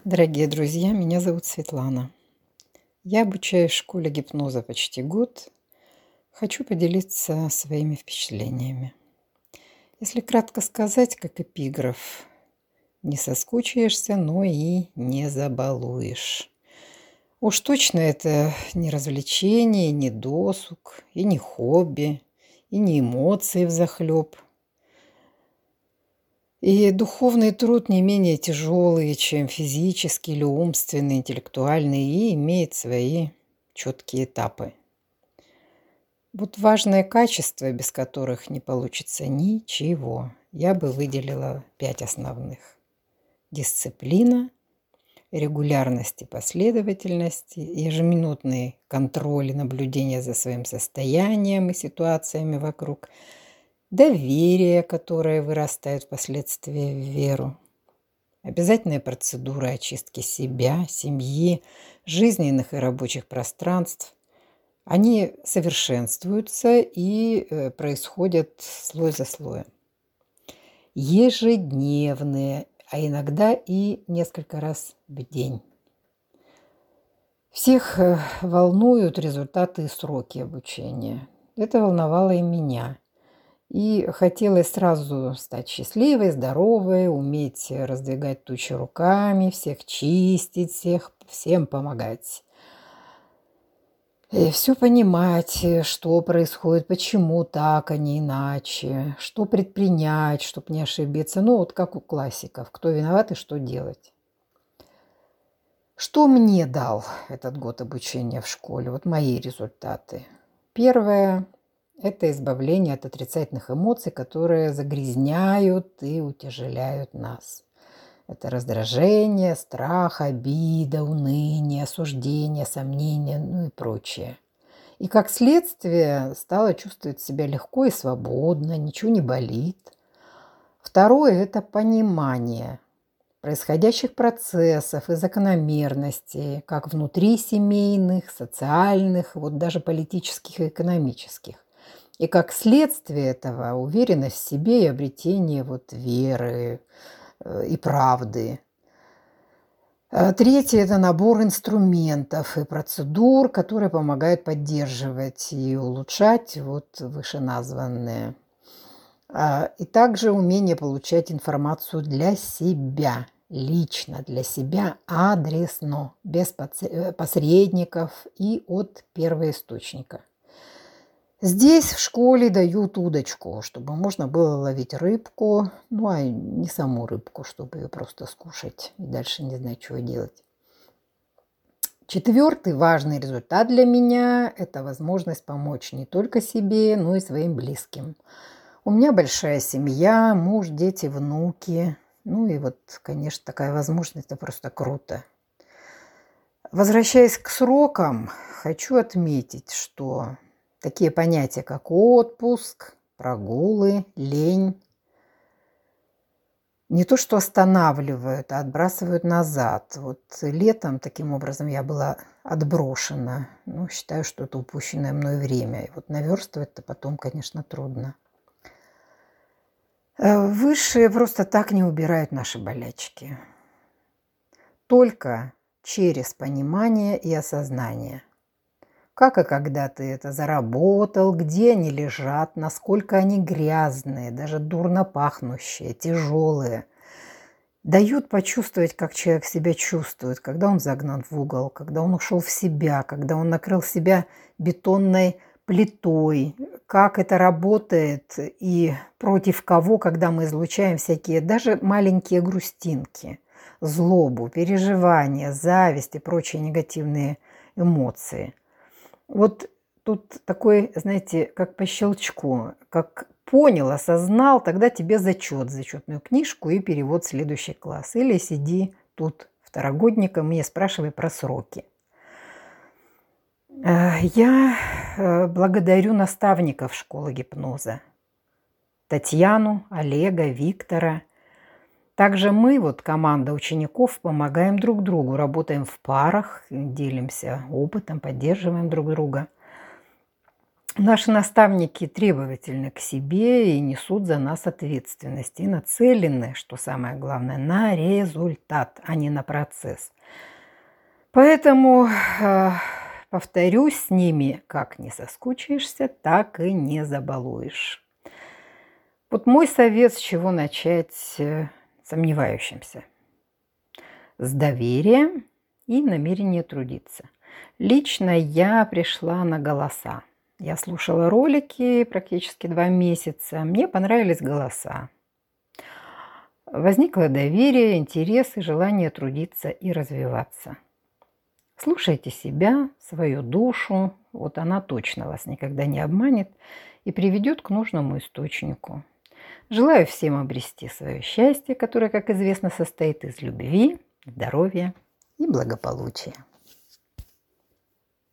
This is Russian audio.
Дорогие друзья, меня зовут Светлана. Я обучаюсь в школе гипноза почти год. Хочу поделиться своими впечатлениями. Если кратко сказать, как эпиграф, не соскучишься, но и не забалуешь. Уж точно это не развлечение, не досуг, и не хобби, и не эмоции взахлеб. И духовный труд не менее тяжелый, чем физический или умственный, интеллектуальный, и имеет свои четкие этапы. Вот важное качество, без которых не получится ничего. Я бы выделила 5 основных. Дисциплина, регулярность и последовательность, ежеминутный контроль и наблюдение за своим состоянием и ситуациями вокруг, доверие, которое вырастает впоследствии в веру, обязательная процедура очистки себя, семьи, жизненных и рабочих пространств. Они совершенствуются и происходят слой за слоем. Ежедневные, а иногда и несколько раз в день. Всех волнуют результаты и сроки обучения. Это волновало и меня. И хотелось сразу стать счастливой, здоровой, уметь раздвигать тучи руками, всех чистить, всем помогать. И все понимать, что происходит, почему так, а не иначе, что предпринять, чтобы не ошибиться. Ну, вот как у классиков, кто виноват и что делать. Что мне дал этот год обучения в школе? Вот мои результаты. Первое – это избавление от отрицательных эмоций, которые загрязняют и утяжеляют нас. Это раздражение, страх, обида, уныние, осуждение, сомнение, ну и прочее. И как следствие стала чувствовать себя легко и свободно, ничего не болит. Второе – это понимание происходящих процессов и закономерностей, как внутрисемейных, социальных, вот даже политических и экономических. И как следствие этого уверенность в себе и обретение вот веры и правды. Третье – это набор инструментов и процедур, которые помогают поддерживать и улучшать вот вышеназванные. И также умение получать информацию для себя, лично для себя, адресно, без посредников и от первоисточника. Здесь в школе дают удочку, чтобы можно было ловить рыбку, ну а не саму рыбку, чтобы ее просто скушать и дальше не знать, чего делать. Четвертый важный результат для меня – это возможность помочь не только себе, но и своим близким. У меня большая семья, муж, дети, внуки. Ну и вот, конечно, такая возможность – это просто круто. Возвращаясь к срокам, хочу отметить, что такие понятия, как отпуск, прогулы, лень, не то что останавливают, а отбрасывают назад. Вот летом таким образом я была отброшена. Ну, считаю, что это упущенное мной время. И вот наверстывать-то потом, конечно, трудно. Высшие просто так не убирают наши болячки. Только через понимание и осознание. Как и когда ты это заработал, где они лежат, насколько они грязные, даже дурно пахнущие, тяжелые. Дают почувствовать, как человек себя чувствует, когда он загнан в угол, когда он ушел в себя, когда он накрыл себя бетонной плитой, как это работает и против кого, когда мы излучаем всякие, даже маленькие грустинки, злобу, переживания, зависть и прочие негативные эмоции. Вот тут такой, знаете, как по щелчку, как понял, осознал, тогда тебе зачетную книжку и перевод в следующий класс. Или сиди тут второгодником и не спрашивай про сроки. Я благодарю наставников школы гипноза. Татьяну, Олега, Виктора. Также мы, вот команда учеников, помогаем друг другу, работаем в парах, делимся опытом, поддерживаем друг друга. Наши наставники требовательны к себе и несут за нас ответственность. И нацелены, что самое главное, на результат, а не на процесс. Поэтому, повторюсь, с ними как не соскучишься, так и не забалуешь. Вот мой совет, с чего начать сомневающимся. С доверия и намерения трудиться. Лично я пришла на голоса. Я слушала ролики практически 2 месяца. Мне понравились голоса. Возникло доверие, интерес и желание трудиться и развиваться. Слушайте себя, свою душу. Вот она точно вас никогда не обманет и приведет к нужному источнику. Желаю всем обрести свое счастье, которое, как известно, состоит из любви, здоровья и благополучия.